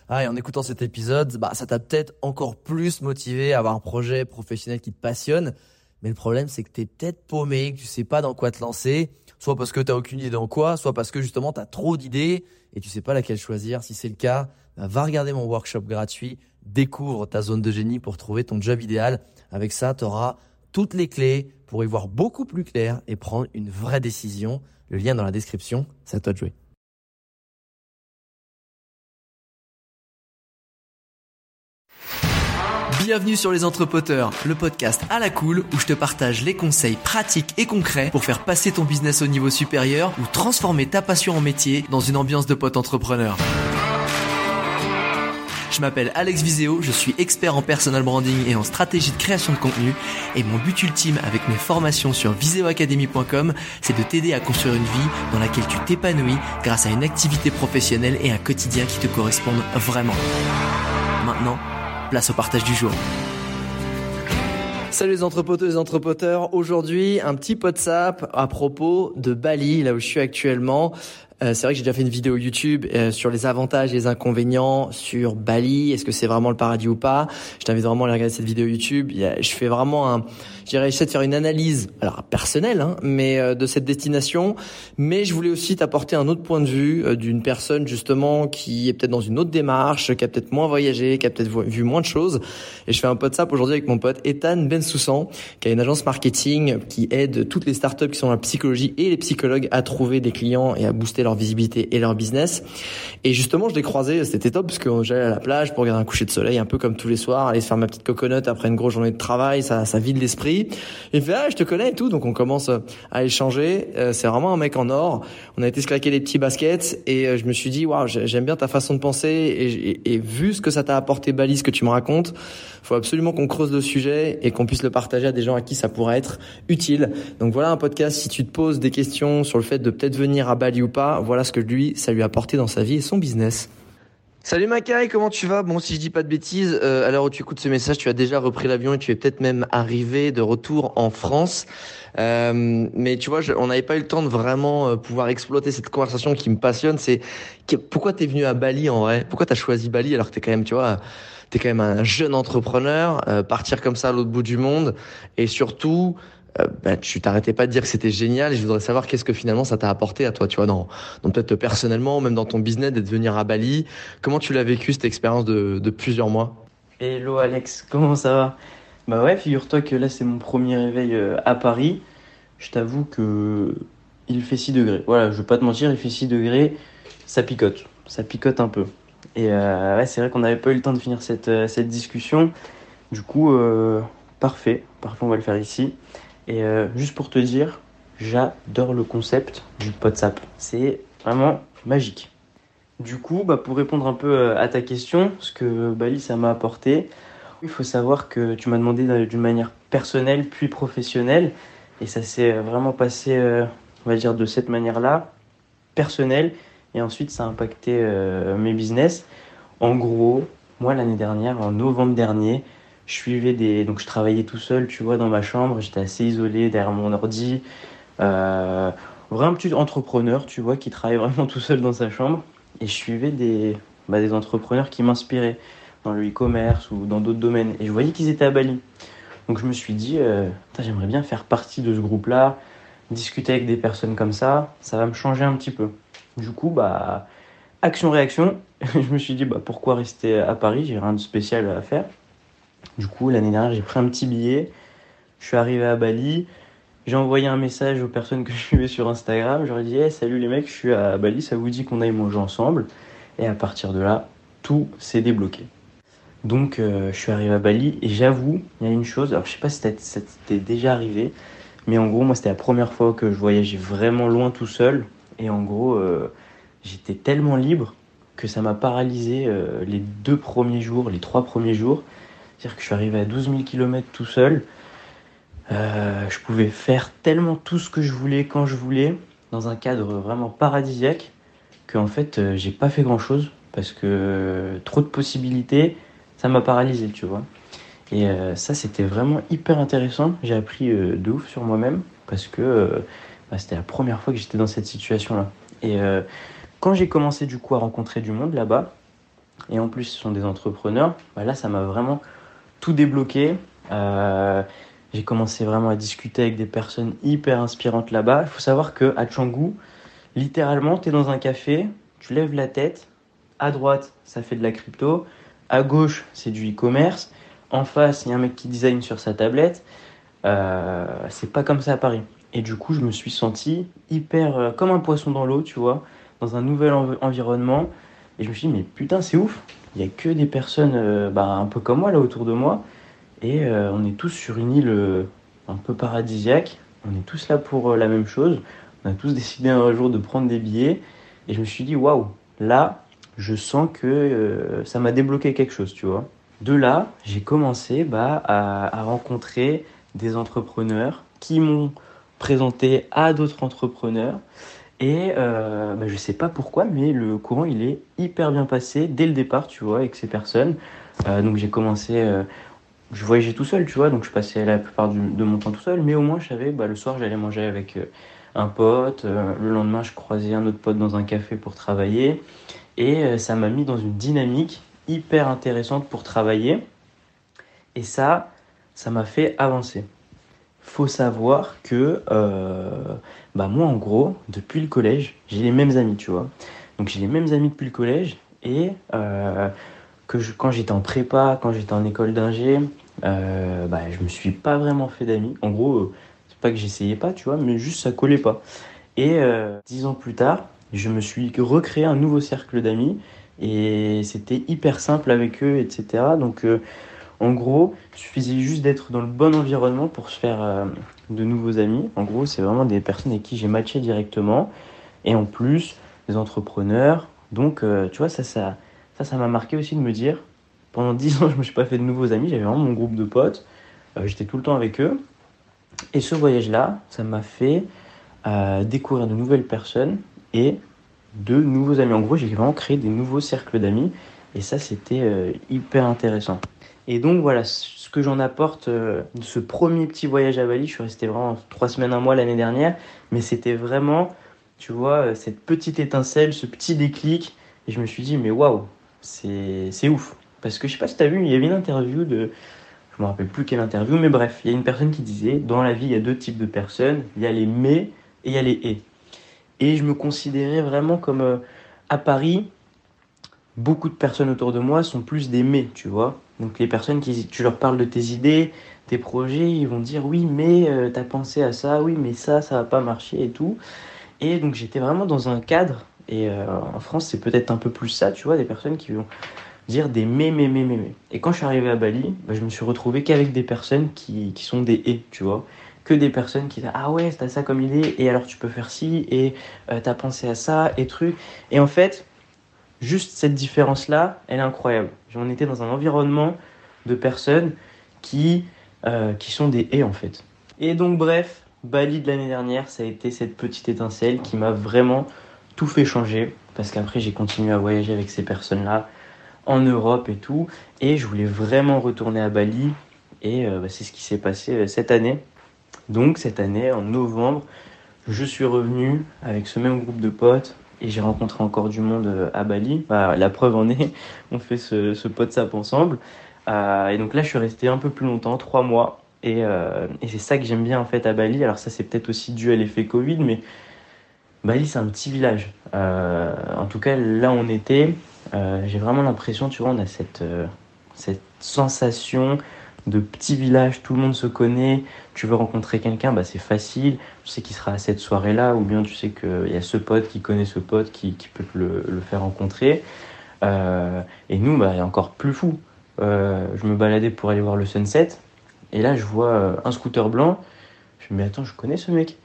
Ah, et en écoutant cet épisode, ça t'a peut-être encore plus motivé à avoir un projet professionnel qui te passionne. Mais le problème, c'est que t'es peut-être paumé, que tu sais pas dans quoi te lancer. Soit parce que t'as aucune idée dans quoi, soit parce que justement t'as trop d'idées et tu sais pas laquelle choisir. Si c'est le cas, va regarder mon workshop gratuit. Découvre ta zone de génie pour trouver ton job idéal. Avec ça, t'auras toutes les clés pour y voir beaucoup plus clair et prendre une vraie décision. Le lien dans la description, c'est à toi de jouer. Bienvenue sur Les Entrepoteurs, le podcast à la cool où je te partage les conseils pratiques et concrets pour faire passer ton business au niveau supérieur ou transformer ta passion en métier dans une ambiance de pote entrepreneur. Je m'appelle Alex Viseo, je suis expert en personal branding et en stratégie de création de contenu et mon but ultime avec mes formations sur viseoacademy.com, c'est de t'aider à construire une vie dans laquelle tu t'épanouis grâce à une activité professionnelle et un quotidien qui te correspondent vraiment. Maintenant, place au partage du jour. Salut les entrepoteuses et entrepoteurs. Aujourd'hui, un petit WhatsApp à propos de Bali, là où je suis actuellement. C'est vrai que j'ai déjà fait une vidéo YouTube sur les avantages et les inconvénients sur Bali. Est-ce que c'est vraiment le paradis ou pas? Je t'invite vraiment à aller regarder cette vidéo YouTube. Je fais vraiment j'essaie de faire une analyse, alors personnelle, mais de cette destination. Mais je voulais aussi t'apporter un autre point de vue d'une personne justement qui est peut-être dans une autre démarche, qui a peut-être moins voyagé, qui a peut-être vu moins de choses. Et je fais un WhatsApp aujourd'hui avec mon pote Ethan Bensoussan, qui a une agence marketing qui aide toutes les startups qui sont dans la psychologie et les psychologues à trouver des clients et à booster leur visibilité et leur business. Et justement, je l'ai croisé, c'était top parce que j'allais à la plage pour regarder un coucher de soleil un peu comme tous les soirs, aller se faire ma petite coconut après une grosse journée de travail, ça vide l'esprit. Il me fait je te connais et tout, donc on commence à échanger. C'est vraiment un mec en or. On a été se claquer des petits baskets et je me suis dit waouh, j'aime bien ta façon de penser et vu ce que ça t'a apporté Bali, ce que tu me racontes, faut absolument qu'on creuse le sujet et qu'on puisse le partager à des gens à qui ça pourrait être utile. Donc voilà un podcast, si tu te poses des questions sur le fait de peut-être venir à Bali ou pas, voilà ce que ça lui a apporté dans sa vie et son business. Salut Makai, comment tu vas? Bon, si je dis pas de bêtises, à l'heure où tu écoutes ce message, tu as déjà repris l'avion et tu es peut-être même arrivé de retour en France. Mais tu vois, on n'avait pas eu le temps de vraiment pouvoir exploiter cette conversation qui me passionne. Pourquoi t'es venu à Bali en vrai? Pourquoi t'as choisi Bali alors que t'es quand même, tu vois, t'es quand même un jeune entrepreneur, partir comme ça à l'autre bout du monde et surtout tu t'arrêtais pas de dire que c'était génial et je voudrais savoir qu'est-ce que finalement ça t'a apporté à toi, tu vois, dans peut-être personnellement, même dans ton business, d'être venir à Bali. Comment tu l'as vécu cette expérience de plusieurs mois? Hello Alex, comment ça va? Bah ouais, figure-toi que là c'est mon premier réveil à Paris. Je t'avoue que il fait 6 degrés. Voilà, je vais pas te mentir, il fait 6 degrés, ça picote un peu. Et ouais, c'est vrai qu'on n'avait pas eu le temps de finir cette discussion. Du coup, parfait, on va le faire ici. Et juste pour te dire, j'adore le concept du WhatsApp. C'est vraiment magique. Du coup, pour répondre un peu à ta question, ce que Bali ça m'a apporté, il faut savoir que tu m'as demandé d'une manière personnelle puis professionnelle, et ça s'est vraiment passé, on va dire, de cette manière-là, personnelle, et ensuite ça a impacté mes business. En gros, moi l'année dernière, en novembre dernier, donc je travaillais tout seul, tu vois, dans ma chambre, j'étais assez isolé derrière mon ordi, vraiment petit entrepreneur, tu vois, qui travaille vraiment tout seul dans sa chambre. Et je suivais des entrepreneurs qui m'inspiraient dans le e-commerce ou dans d'autres domaines. Et je voyais qu'ils étaient à Bali. Donc je me suis dit, j'aimerais bien faire partie de ce groupe-là, discuter avec des personnes comme ça va me changer un petit peu. Du coup, action-réaction, je me suis dit, pourquoi rester à Paris? J'ai rien de spécial à faire. Du coup, l'année dernière, j'ai pris un petit billet, je suis arrivé à Bali. J'ai envoyé un message aux personnes que je suivais sur Instagram. Je leur ai dit hey, salut les mecs, je suis à Bali, ça vous dit qu'on aille manger ensemble? Et à partir de là, tout s'est débloqué. Donc je suis arrivé à Bali et j'avoue, il y a une chose, alors je sais pas si ça t'était déjà arrivé, mais en gros, moi c'était la première fois que je voyageais vraiment loin tout seul. Et en gros, j'étais tellement libre que ça m'a paralysé les 3 premiers jours. C'est-à-dire que je suis arrivé à 12 000 km tout seul. Je pouvais faire tellement tout ce que je voulais quand je voulais, dans un cadre vraiment paradisiaque, qu'en fait j'ai pas fait grand chose parce que trop de possibilités, ça m'a paralysé, tu vois. Et ça c'était vraiment hyper intéressant. J'ai appris de ouf sur moi-même parce que c'était la première fois que j'étais dans cette situation-là. Et quand j'ai commencé du coup à rencontrer du monde là-bas, et en plus ce sont des entrepreneurs, bah là ça m'a vraiment tout débloqué. J'ai commencé vraiment à discuter avec des personnes hyper inspirantes là-bas. Il faut savoir qu'à Canggu, littéralement, tu es dans un café, tu lèves la tête, à droite, ça fait de la crypto, à gauche, c'est du e-commerce, en face, il y a un mec qui design sur sa tablette. C'est pas comme ça à Paris. Et du coup, je me suis senti hyper comme un poisson dans l'eau, tu vois, dans un nouvel environnement. Et je me suis dit, mais putain, c'est ouf. Il y a que des personnes un peu comme moi là autour de moi. Et on est tous sur une île un peu paradisiaque. On est tous là pour la même chose. On a tous décidé un jour de prendre des billets. Et je me suis dit, waouh, là, je sens que ça m'a débloqué quelque chose, tu vois. De là, j'ai commencé à rencontrer des entrepreneurs qui m'ont présenté à d'autres entrepreneurs. Et je sais pas pourquoi, mais le courant il est hyper bien passé dès le départ, tu vois, avec ces personnes. Donc j'ai commencé, je voyageais tout seul, tu vois, donc je passais la plupart de mon temps tout seul, mais au moins je savais, le soir j'allais manger avec un pote, le lendemain je croisais un autre pote dans un café pour travailler, et ça m'a mis dans une dynamique hyper intéressante pour travailler, et ça m'a fait avancer. Faut savoir que moi en gros, depuis le collège, j'ai les mêmes amis, tu vois. Donc j'ai les mêmes amis depuis le collège et quand j'étais en prépa, quand j'étais en école d'ingé, je me suis pas vraiment fait d'amis. En gros, c'est pas que j'essayais pas, tu vois, mais juste ça collait pas. Et 10 ans plus tard, je me suis recréé un nouveau cercle d'amis et c'était hyper simple avec eux, etc. Donc en gros, il suffisait juste d'être dans le bon environnement pour se faire de nouveaux amis. En gros, c'est vraiment des personnes avec qui j'ai matché directement. Et en plus, des entrepreneurs. Donc, tu vois, ça m'a marqué aussi de me dire, pendant 10 ans, je ne me suis pas fait de nouveaux amis. J'avais vraiment mon groupe de potes. J'étais tout le temps avec eux. Et ce voyage-là, ça m'a fait découvrir de nouvelles personnes et de nouveaux amis. En gros, j'ai vraiment créé des nouveaux cercles d'amis. Et ça, c'était hyper intéressant. Et donc voilà, ce que j'en apporte de ce premier petit voyage à Bali, je suis resté vraiment 3 semaines, un mois l'année dernière, mais c'était vraiment, tu vois, cette petite étincelle, ce petit déclic, et je me suis dit, mais waouh, c'est ouf. Parce que je sais pas si tu as vu, il y avait une interview je me rappelle plus quelle interview, mais bref, il y a une personne qui disait, dans la vie, il y a deux types de personnes, il y a les mais et il y a les et. Et je me considérais vraiment comme à Paris, beaucoup de personnes autour de moi sont plus des mais, tu vois. Donc les personnes tu leur parles de tes idées, tes projets, ils vont dire oui, mais t'as pensé à ça, oui, mais ça va pas marcher et tout. Et donc j'étais vraiment dans un cadre, et en France c'est peut-être un peu plus ça, tu vois, des personnes qui vont dire des mais. Et quand je suis arrivé à Bali, je me suis retrouvé qu'avec des personnes qui sont des et, tu vois. Que des personnes qui disent ah ouais, t'as ça comme idée, et alors tu peux faire ci, et t'as pensé à ça, et truc. Et en fait, juste cette différence-là, elle est incroyable. On était dans un environnement de personnes qui sont des haies en fait. Et donc bref, Bali de l'année dernière, ça a été cette petite étincelle qui m'a vraiment tout fait changer. Parce qu'après j'ai continué à voyager avec ces personnes-là en Europe et tout. Et je voulais vraiment retourner à Bali. Et c'est ce qui s'est passé cette année. Donc cette année, en novembre, je suis revenu avec ce même groupe de potes et j'ai rencontré encore du monde à Bali. La preuve en est, on fait ce WhatsApp ensemble. Et donc là, je suis resté un peu plus longtemps, 3 mois. Et c'est ça que j'aime bien en fait à Bali. Alors ça, c'est peut-être aussi dû à l'effet Covid, mais Bali, c'est un petit village. En tout cas, là où on était, j'ai vraiment l'impression, tu vois, on a cette sensation de petit village, tout le monde se connaît, tu veux rencontrer quelqu'un, c'est facile, tu sais qu'il sera à cette soirée-là, ou bien tu sais qu'il y a ce pote qui connaît ce pote qui peut te le faire rencontrer. Et nous, encore plus fou. Je me baladais pour aller voir le sunset, et là je vois un scooter blanc, je me dis mais attends, je connais ce mec.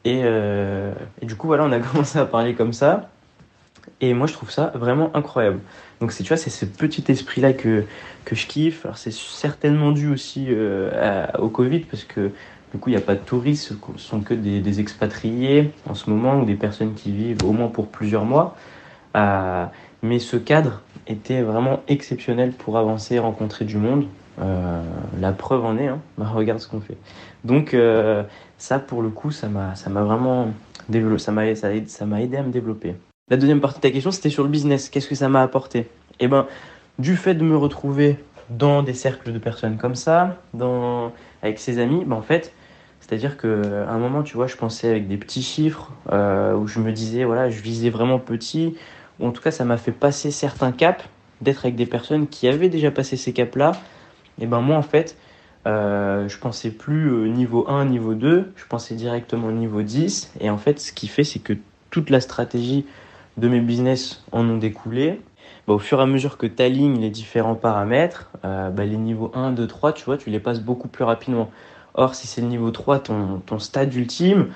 Et du coup, voilà, on a commencé à parler comme ça. Et moi, je trouve ça vraiment incroyable. Donc, tu vois, c'est ce petit esprit-là que je kiffe. Alors, c'est certainement dû aussi au Covid, parce que du coup, il n'y a pas de touristes, ce sont que des expatriés en ce moment, ou des personnes qui vivent au moins pour plusieurs mois. Mais ce cadre était vraiment exceptionnel pour avancer, rencontrer du monde. La preuve en est, hein. Regarde ce qu'on fait. Donc, ça, pour le coup, ça m'a vraiment développé, ça m'a aidé à me développer. La deuxième partie de ta question, c'était sur le business. Qu'est-ce que ça m'a apporté? Et ben, du fait de me retrouver dans des cercles de personnes comme ça, avec ses amis, ben en fait, c'est-à-dire qu'à un moment, tu vois, je pensais avec des petits chiffres, où je me disais, voilà, je visais vraiment petit, ou en tout cas, ça m'a fait passer certains caps, d'être avec des personnes qui avaient déjà passé ces caps-là. Et ben moi, en fait, je pensais plus niveau 1, niveau 2, je pensais directement au niveau 10. Et en fait, ce qui fait, c'est que toute la stratégie de mes business en ont découlé. Bah, au fur et à mesure que tu alignes les différents paramètres, les niveaux 1, 2, 3, tu vois, tu les passes beaucoup plus rapidement. Or, si c'est le niveau 3, ton stade ultime,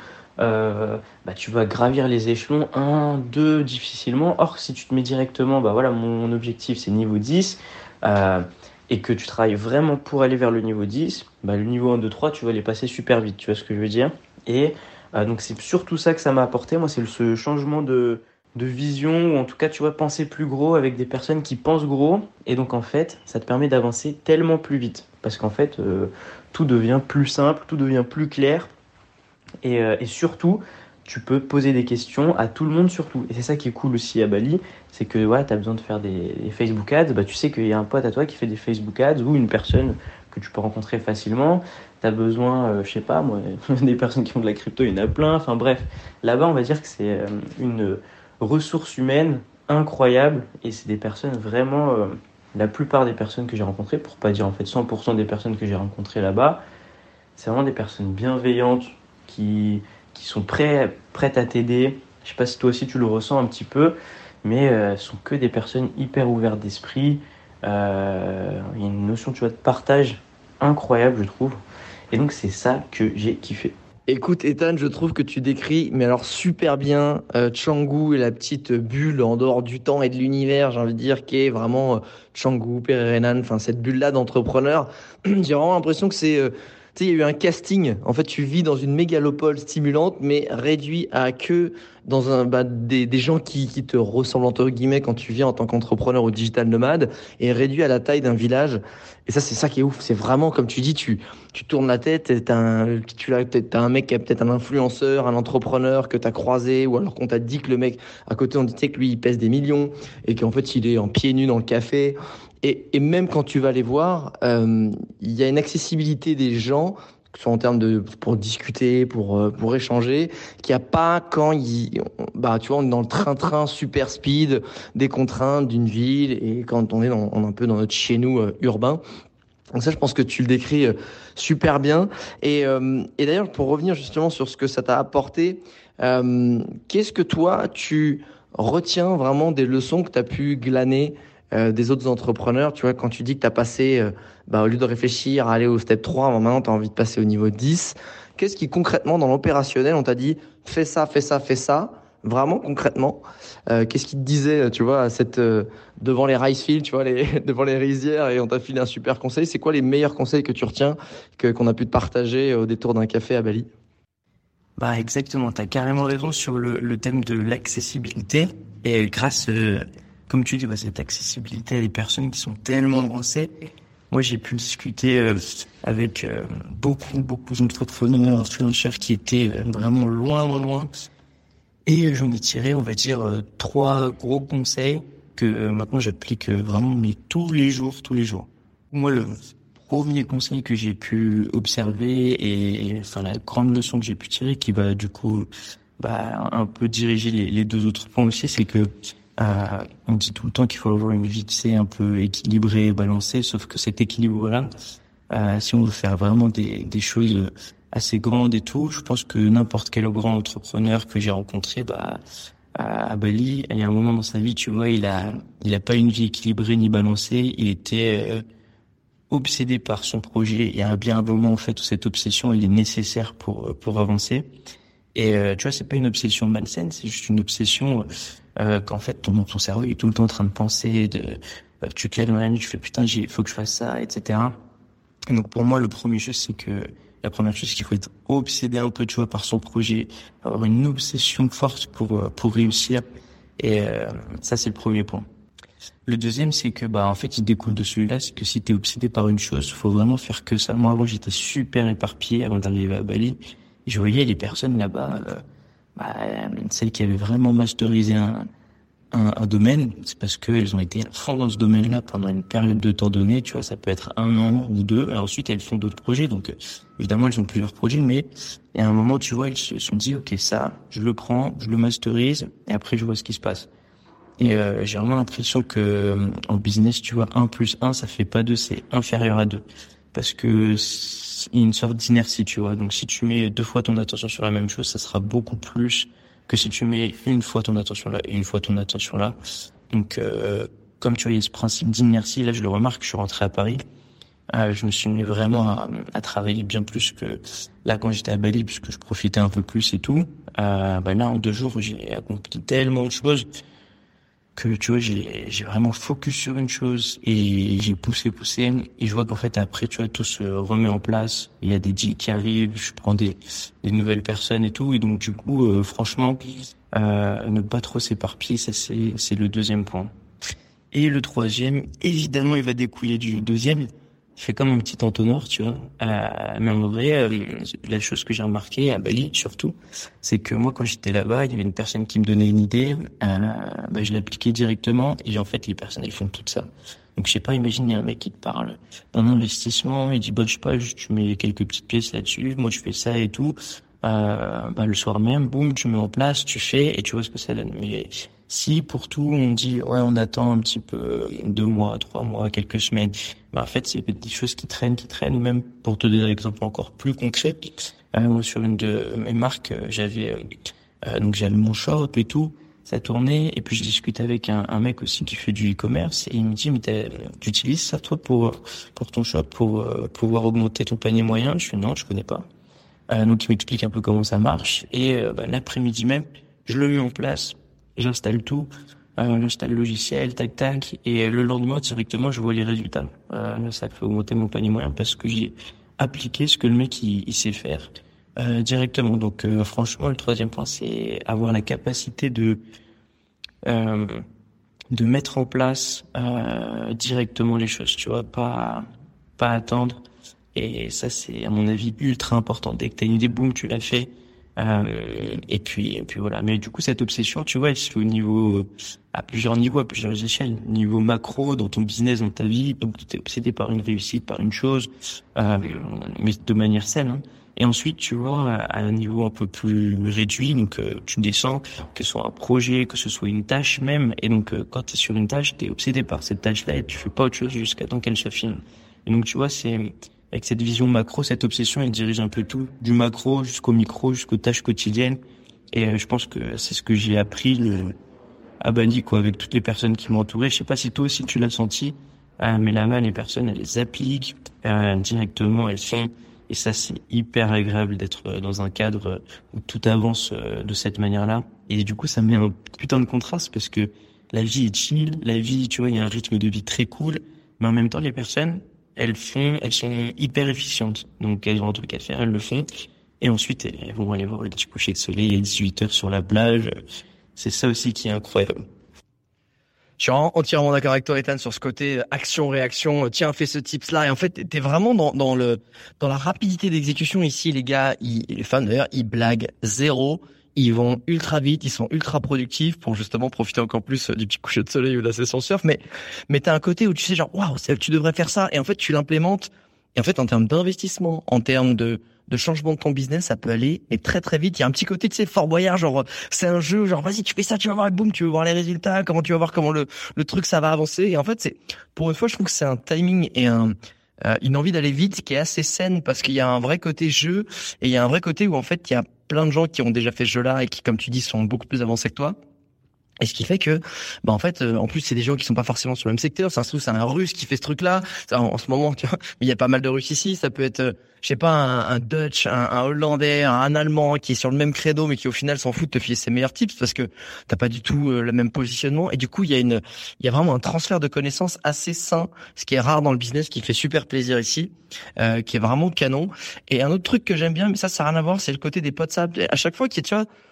tu vas gravir les échelons 1, 2 difficilement. Or, si tu te mets directement, bah voilà, mon objectif c'est niveau 10, et que tu travailles vraiment pour aller vers le niveau 10, bah, le niveau 1, 2, 3, tu vas les passer super vite, tu vois ce que je veux dire? Et donc c'est surtout ça que ça m'a apporté, moi, c'est ce changement de vision, ou en tout cas, tu vois, penser plus gros avec des personnes qui pensent gros. Et donc, en fait, ça te permet d'avancer tellement plus vite. Parce qu'en fait, tout devient plus simple, tout devient plus clair. Et surtout, tu peux poser des questions à tout le monde surtout. Et c'est ça qui est cool aussi à Bali, c'est que ouais, tu as besoin de faire des Facebook ads, bah, tu sais qu'il y a un pote à toi qui fait des Facebook ads ou une personne que tu peux rencontrer facilement. Tu as besoin, je sais pas moi, des personnes qui font de la crypto, il y en a plein. Enfin bref, là-bas, on va dire que c'est une ressource humaine incroyable et c'est des personnes vraiment, la plupart des personnes que j'ai rencontrées, pour pas dire en fait 100% des personnes que j'ai rencontrées là-bas, c'est vraiment des personnes bienveillantes qui sont prêtes à t'aider. Je sais pas si toi aussi tu le ressens un petit peu, mais sont que des personnes hyper ouvertes d'esprit. Il y a une notion, tu vois, de partage incroyable, je trouve. Et donc c'est ça que j'ai kiffé. Écoute, Ethan, je trouve que tu décris, mais alors super bien, Canggu et la petite bulle en dehors du temps et de l'univers, j'ai envie de dire, qui est vraiment Canggu, Pererenan, enfin cette bulle-là d'entrepreneur. J'ai vraiment l'impression que tu sais, il y a eu un casting. En fait, tu vis dans une mégalopole stimulante, mais réduit à que dans des gens qui te ressemblent entre guillemets quand tu viens en tant qu'entrepreneur ou digital nomade, et réduit à la taille d'un village. Et ça, c'est ça qui est ouf. C'est vraiment, comme tu dis, tu tournes la tête, et t'as un mec qui est peut-être un influenceur, un entrepreneur que t'as croisé, ou alors qu'on t'a dit que le mec à côté, on dit que lui, il pèse des millions, et qu'en fait, il est en pieds nus dans le café. Et même quand tu vas les voir, il y a une accessibilité des gens, que ce soit en termes pour discuter, pour échanger, qu'il n'y a pas quand tu vois, on est dans le train-train super speed, des contraintes d'une ville, et quand on est un peu dans notre chez nous urbain. Donc ça, je pense que tu le décris super bien. Et d'ailleurs, pour revenir justement sur ce que ça t'a apporté, qu'est-ce que toi, tu retiens vraiment des leçons que tu as pu glaner des autres entrepreneurs? Tu vois, quand tu dis que tu as passé, au lieu de réfléchir à aller au step 3, maintenant tu as envie de passer au niveau 10. Qu'est-ce qui concrètement, dans l'opérationnel, on t'a dit, fais ça, fais ça, fais ça, vraiment concrètement? Qu'est-ce qui te disait, tu vois, devant les rice fields, tu vois, devant les rizières, et on t'a filé un super conseil? C'est quoi les meilleurs conseils que tu retiens, qu'on a pu te partager au détour d'un café à Bali? Bah exactement, t'as carrément raison sur le thème de l'accessibilité. Et grâce, comme tu dis, cette accessibilité à des personnes qui sont tellement avancées. Moi, j'ai pu discuter avec beaucoup d'entrepreneurs, influenceurs qui étaient vraiment loin. Et j'en ai tiré, on va dire, 3 gros conseils que maintenant j'applique vraiment, mais tous les jours. Moi, le premier conseil que j'ai pu observer et enfin la grande leçon que j'ai pu tirer, qui va du coup un peu diriger les 2 autres points aussi, c'est que on dit tout le temps qu'il faut avoir une vie, tu sais, un peu équilibrée, balancée, sauf que cet équilibre-là, si on veut faire vraiment des choses assez grandes et tout, je pense que n'importe quel grand entrepreneur que j'ai rencontré, à Bali, il y a un moment dans sa vie, tu vois, il a pas une vie équilibrée ni balancée, il était obsédé par son projet. Il y a bien un moment, en fait, où cette obsession, elle est nécessaire pour avancer. Et tu vois, c'est pas une obsession malsaine, c'est juste une obsession qu'en fait ton cerveau est tout le temps en train de penser, tu te lèves dans la nuit, tu fais putain, il faut que je fasse ça, etc. Et donc pour moi, la première chose, c'est qu'il faut être obsédé un peu, tu vois, par son projet, avoir une obsession forte pour réussir. Et ça, c'est le premier point. Le deuxième, c'est que en fait, il découle de celui-là, c'est que si t'es obsédé par une chose, faut vraiment faire que ça. Moi, avant, j'étais super éparpillé avant d'arriver à Bali. Je voyais les personnes là-bas, celles qui avaient vraiment masterisé un domaine, c'est parce qu'elles ont été à fond dans ce domaine-là pendant une période de temps donnée, tu vois, ça peut être 1 an ou 2, et ensuite elles font d'autres projets, donc évidemment elles ont plusieurs projets, mais il y a un moment, tu vois, elles se sont dit, ok, ça, je le prends, je le masterise, et après je vois ce qui se passe. Et j'ai vraiment l'impression que en business, tu vois, 1 plus 1, ça fait pas 2, c'est inférieur à 2. Parce que il y a une sorte d'inertie, tu vois. Donc si tu mets 2 fois ton attention sur la même chose, ça sera beaucoup plus que si tu mets 1 fois ton attention là et 1 fois ton attention là. Donc comme tu vois, il y a ce principe d'inertie, là je le remarque, je suis rentré à Paris. Je me suis mis vraiment à travailler bien plus que là quand j'étais à Bali, puisque je profitais un peu plus et tout. Là en 2 jours, j'ai accompli tellement de choses que tu vois, j'ai vraiment focus sur une chose et j'ai poussé et je vois qu'en fait après tu vois tout se remet en place, il y a des deals qui arrivent, je prends des nouvelles personnes et tout, et donc du coup franchement ne pas trop s'éparpiller, ça c'est le 2e point. Et le 3e, évidemment il va découler du 2e. Je fais comme un petit entonnoir, tu vois. Mais en vrai, la chose que j'ai remarqué à Bali, surtout, c'est que moi, quand j'étais là-bas, il y avait une personne qui me donnait une idée, je l'appliquais directement, et en fait, les personnes, elles font tout ça. Donc, je sais pas, imagine, il y a un mec qui te parle d'un investissement, il dit, je sais pas, tu mets quelques petites pièces là-dessus, moi, je fais ça et tout. Le soir même, boum, tu mets en place, tu fais, et tu vois ce que ça donne. Mais si pour tout on dit ouais on attend un petit peu 2 mois, 3 mois, quelques semaines, en fait c'est des choses qui traînent, même pour te donner un exemple encore plus concret. Moi sur une de mes marques, j'avais mon shop et tout, ça tournait, et puis je discutais avec un mec aussi qui fait du e-commerce, et il me dit mais tu utilises ça toi pour ton shop, pour pouvoir augmenter ton panier moyen? Je fais non, je connais pas. Donc il m'explique un peu comment ça marche, et l'après-midi même je le mets en place. J'installe tout, j'installe le logiciel, tac, et le lendemain, directement, je vois les résultats. Ça fait augmenter mon panier moyen parce que j'ai appliqué ce que le mec, il sait faire directement. Donc, franchement, le 3e point, c'est avoir la capacité de mettre en place directement les choses, tu vois, pas attendre. Et ça, c'est, à mon avis, ultra important. Dès que t'as une idée, boum, tu l'as fait. Et puis voilà. Mais du coup, cette obsession, tu vois, elle se fait à plusieurs niveaux, à plusieurs échelles. Niveau macro, dans ton business, dans ta vie. Donc, tu es obsédé par une réussite, par une chose, mais de manière saine, hein. Et ensuite, tu vois, à un niveau un peu plus réduit, donc tu descends, que ce soit un projet, que ce soit une tâche même. Et donc, quand tu es sur une tâche, tu es obsédé par cette tâche-là et tu fais pas autre chose jusqu'à temps qu'elle se finisse. Et donc, tu vois, c'est avec cette vision macro, cette obsession, elle dirige un peu tout, du macro jusqu'au micro, jusqu'aux tâches quotidiennes. Et je pense que c'est ce que j'ai appris à Bali, quoi, avec toutes les personnes qui m'entouraient. Je sais pas si toi aussi tu l'as senti, mais là-bas, les personnes, elles les appliquent directement, elles font. Et ça, c'est hyper agréable d'être dans un cadre où tout avance de cette manière-là. Et du coup, ça met un putain de contraste parce que la vie est chill, la vie, tu vois, il y a un rythme de vie très cool, mais en même temps, les personnes, elles sont hyper efficientes. Donc, elles ont un truc à faire, elles le font. Et ensuite, elles vont aller voir le petit coucher de soleil à 18h sur la plage. C'est ça aussi qui est incroyable. Je suis entièrement d'accord avec toi, Ethan, sur ce côté action-réaction. Tiens, fais ce tips-là. Et en fait, t'es vraiment dans la rapidité d'exécution ici, les gars. Les fans, d'ailleurs, ils blaguent zéro. Ils vont ultra vite, ils sont ultra productifs pour justement profiter encore plus du petit coucher de soleil ou de la session surf. Mais t'as un côté où tu sais genre, waouh, tu devrais faire ça. Et en fait, tu l'implémentes. Et en fait, en termes d'investissement, en termes de changement de ton business, ça peut aller et très très vite. Il y a un petit côté, tu sais, Fort Boyard, genre c'est un jeu, genre vas-y, tu fais ça, tu vas voir, et boum, tu vas voir les résultats, tu vas voir comment le truc ça va avancer. Et en fait, c'est pour une fois, je trouve que c'est un timing et une envie d'aller vite qui est assez saine parce qu'il y a un vrai côté jeu et il y a un vrai côté où en fait il y a plein de gens qui ont déjà fait ce jeu-là et qui, comme tu dis, sont beaucoup plus avancés que toi. Et ce qui fait que, en fait, en plus, c'est des gens qui sont pas forcément sur le même secteur. Ça se trouve, c'est un Russe qui fait ce truc-là. En ce moment, tu vois, il y a pas mal de Russes ici. Ça peut être, je sais pas, un Dutch, un Hollandais, un Allemand qui est sur le même credo, mais qui au final s'en fout de te filer ses meilleurs tips parce que t'as pas du tout le même positionnement. Et du coup, il y a vraiment un transfert de connaissances assez sain, ce qui est rare dans le business, qui fait super plaisir ici, qui est vraiment canon. Et un autre truc que j'aime bien, mais ça n'a rien à voir, c'est le côté des potes sables. À chaque fois qu'il y a, tu vois,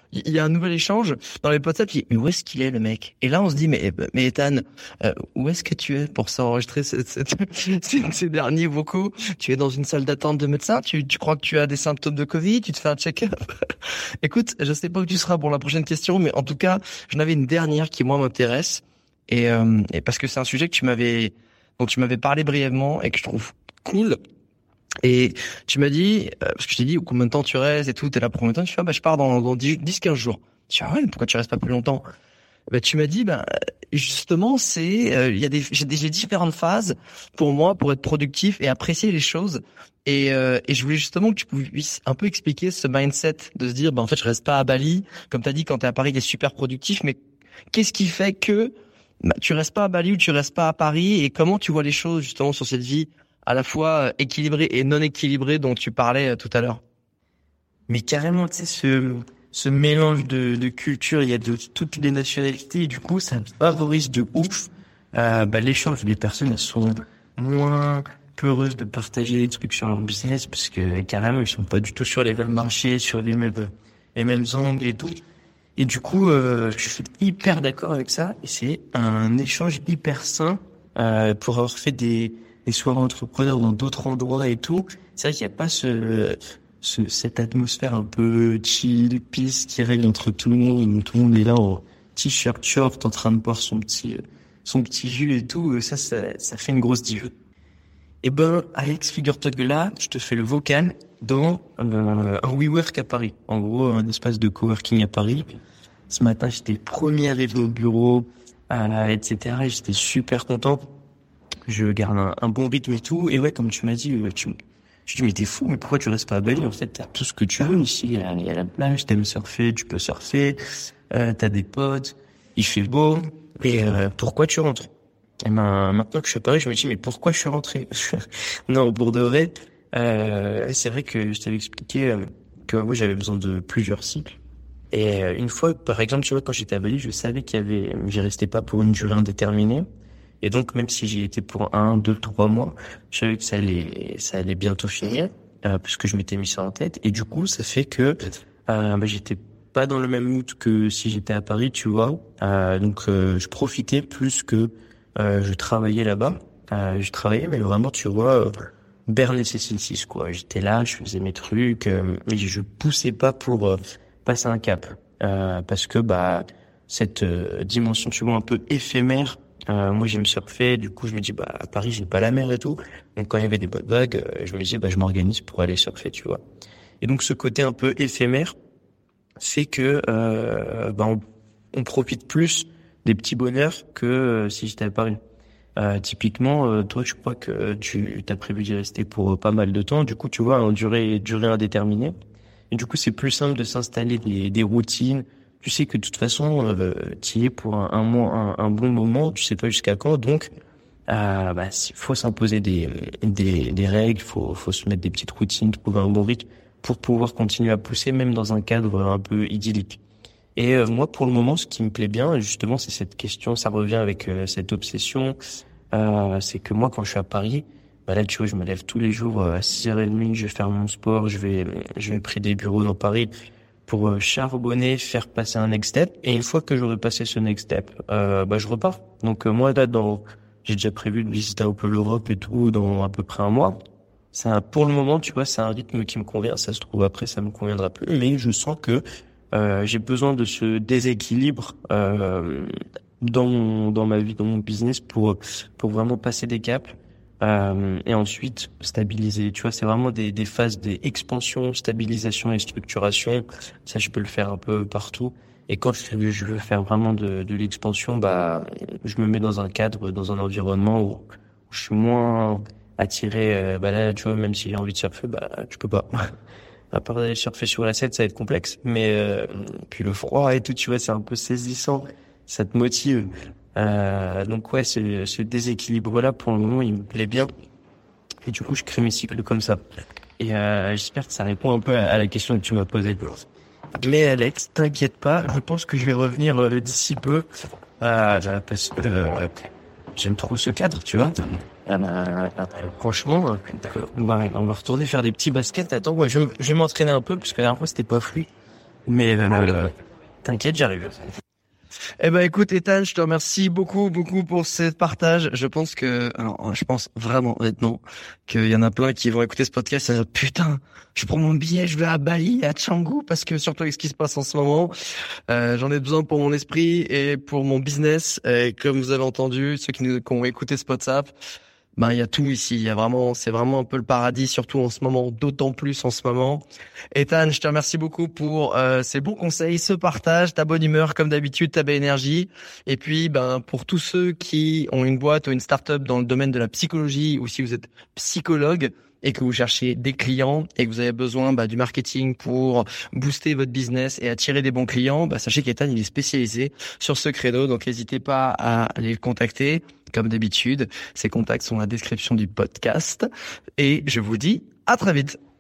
il y a un nouvel échange dans les WhatsApp. Mais où est-ce qu'il est le mec? Et là, on se dit mais Ethan, où est-ce que tu es pour s'enregistrer ces derniers vocaux? Tu es dans une salle d'attente de médecin? Tu crois que tu as des symptômes de Covid? Tu te fais un check-up? Écoute, je sais pas où tu seras pour la prochaine question, mais en tout cas, j'en avais une dernière qui moi m'intéresse et parce que c'est un sujet que dont tu m'avais parlé brièvement et que je trouve cool. Et tu m'as dit, parce que je t'ai dit combien de temps tu restes et tout, t'es là pour combien de temps? Je fais, je pars dans 10-15 jours. Je fais, ouais, pourquoi tu restes pas plus longtemps? Tu m'as dit, justement, j'ai différentes phases pour moi, pour être productif et apprécier les choses. Et je voulais justement que tu puisses un peu expliquer ce mindset de se dire, en fait, je reste pas à Bali. Comme t'as dit, quand t'es à Paris, t'es super productif, mais qu'est-ce qui fait que, tu restes pas à Bali ou tu restes pas à Paris et comment tu vois les choses, justement, sur cette vie à la fois équilibré et non équilibré dont tu parlais tout à l'heure? Mais carrément, tu sais, ce mélange de culture, il y a de toutes les nationalités, et du coup, ça favorise de ouf l'échange. Les personnes, elles sont moins peureuses de partager des trucs sur leur business parce que carrément, ils sont pas du tout sur les mêmes marchés, sur les mêmes angles et tout. Et du coup, je suis hyper d'accord avec ça. Et c'est un échange hyper sain pour avoir fait des soirées entrepreneurs dans d'autres endroits et tout. C'est vrai qu'il n'y a pas cette atmosphère un peu chill, peace qui règne entre tout le monde, où tout le monde est là en t-shirt short en train de boire son petit jus et tout. Ça fait une grosse dive. Et Alex, figure-toi que là, je te fais le vocal dans un WeWork à Paris. En gros, un espace de coworking à Paris. Ce matin, j'étais premier arrivé au bureau, etc. Et j'étais super content. Je garde un bon rythme et tout. Et ouais, comme tu m'as dit, je dis, mais t'es fou, mais pourquoi tu restes pas à Bali? En fait, t'as tout ce que tu veux ici. Il y a la plage, t'aimes surfer, tu peux surfer, t'as des potes, il fait beau. Et pourquoi tu rentres? Et maintenant que je suis à Paris, je me dis, mais pourquoi je suis rentré? Non, pour de vrai, c'est vrai que je t'avais expliqué que moi, j'avais besoin de plusieurs cycles. Et une fois, par exemple, tu vois, quand j'étais à Bali, je savais j'y restais pas pour une durée indéterminée. Et donc, même si j'y étais pour 1, 2, 3 mois, je savais que ça allait bientôt finir, parce que je m'étais mis ça en tête. Et du coup, ça fait que, j'étais pas dans le même mood que si j'étais à Paris, tu vois. Donc, je profitais plus que, je travaillais là-bas. Je travaillais, mais vraiment, tu vois, bare necessities, quoi. J'étais là, je faisais mes trucs, mais je poussais pas pour, passer un cap. Parce que, cette, dimension, tu vois, un peu éphémère, moi j'aime surfer, du coup je me dis à Paris j'ai pas la mer et tout, donc quand il y avait des bonnes vagues, je me dis je m'organise pour aller surfer, tu vois. Et donc ce côté un peu éphémère fait que on profite plus des petits bonheurs que si j'étais à Paris. Typiquement, toi je crois que tu t'as prévu d'y rester pour pas mal de temps, du coup tu vois en durée indéterminée. Et du coup c'est plus simple de s'installer des routines. Tu sais que de toute façon, tu y es pour un mois, un bon moment, tu sais pas jusqu'à quand, donc faut s'imposer des règles, faut se mettre des petites routines, trouver un bon rythme pour pouvoir continuer à pousser, même dans un cadre un peu idyllique. Et moi, pour le moment, ce qui me plaît bien, justement, c'est cette question, ça revient avec cette obsession, c'est que moi, quand je suis à Paris, là, tu vois, je me lève tous les jours à 6h30, je vais faire mon sport, je vais près des bureaux dans Paris, pour charbonner, faire passer un next step. Et une fois que j'aurai passé ce next step, je repars. Donc moi là, j'ai déjà prévu de visiter un peu l'Europe et tout dans à peu près un mois. Pour le moment, tu vois, c'est un rythme qui me convient. Ça se trouve après, ça me conviendra plus. Mais je sens que j'ai besoin de ce déséquilibre dans ma vie, dans mon business, pour vraiment passer des caps. Et ensuite stabiliser, tu vois, c'est vraiment des phases d'expansion, stabilisation et structuration. Ça, je peux le faire un peu partout. Et quand je veux faire vraiment de l'expansion, je me mets dans un cadre, dans un environnement où je suis moins attiré. Là, tu vois, même si j'ai envie de surfer, tu peux pas. À part d'aller surfer sur la Seine, ça va être complexe. Mais puis le froid et tout, tu vois, c'est un peu saisissant. Ça te motive. Donc ouais, ce déséquilibre-là, pour le moment, il me plaît bien. Et du coup, je crée mes cycles comme ça. Et j'espère que ça répond un peu à la question que tu m'as posée. Mais Alex, t'inquiète pas, je pense que je vais revenir d'ici peu. Parce que j'aime trop ce cadre, tu vois. Franchement, on va retourner faire des petits baskets. Attends, je vais m'entraîner un peu, parce que la dernière fois, c'était pas fluide. Mais t'inquiète, j'arrive. Eh ben écoute Ethan, je te remercie beaucoup pour ce partage. Je pense vraiment honnêtement qu'il y en a plein qui vont écouter ce podcast et dire putain, je prends mon billet, je vais à Bali, à Canggu, parce que surtout avec ce qui se passe en ce moment, j'en ai besoin pour mon esprit et pour mon business. Et comme vous avez entendu, ceux qui ont écouté ce WhatsApp, ben il y a tout ici. C'est vraiment un peu le paradis, surtout en ce moment, d'autant plus en ce moment. Ethan, je te remercie beaucoup pour ces bons conseils, ce partage, ta bonne humeur comme d'habitude, ta belle énergie. Et puis, ben pour tous ceux qui ont une boîte ou une start-up dans le domaine de la psychologie, ou si vous êtes psychologue et que vous cherchez des clients et que vous avez besoin du marketing pour booster votre business et attirer des bons clients, sachez qu'Ethan il est spécialisé sur ce créneau, donc n'hésitez pas à aller le contacter. Comme d'habitude, ses contacts sont dans la description du podcast et je vous dis à très vite.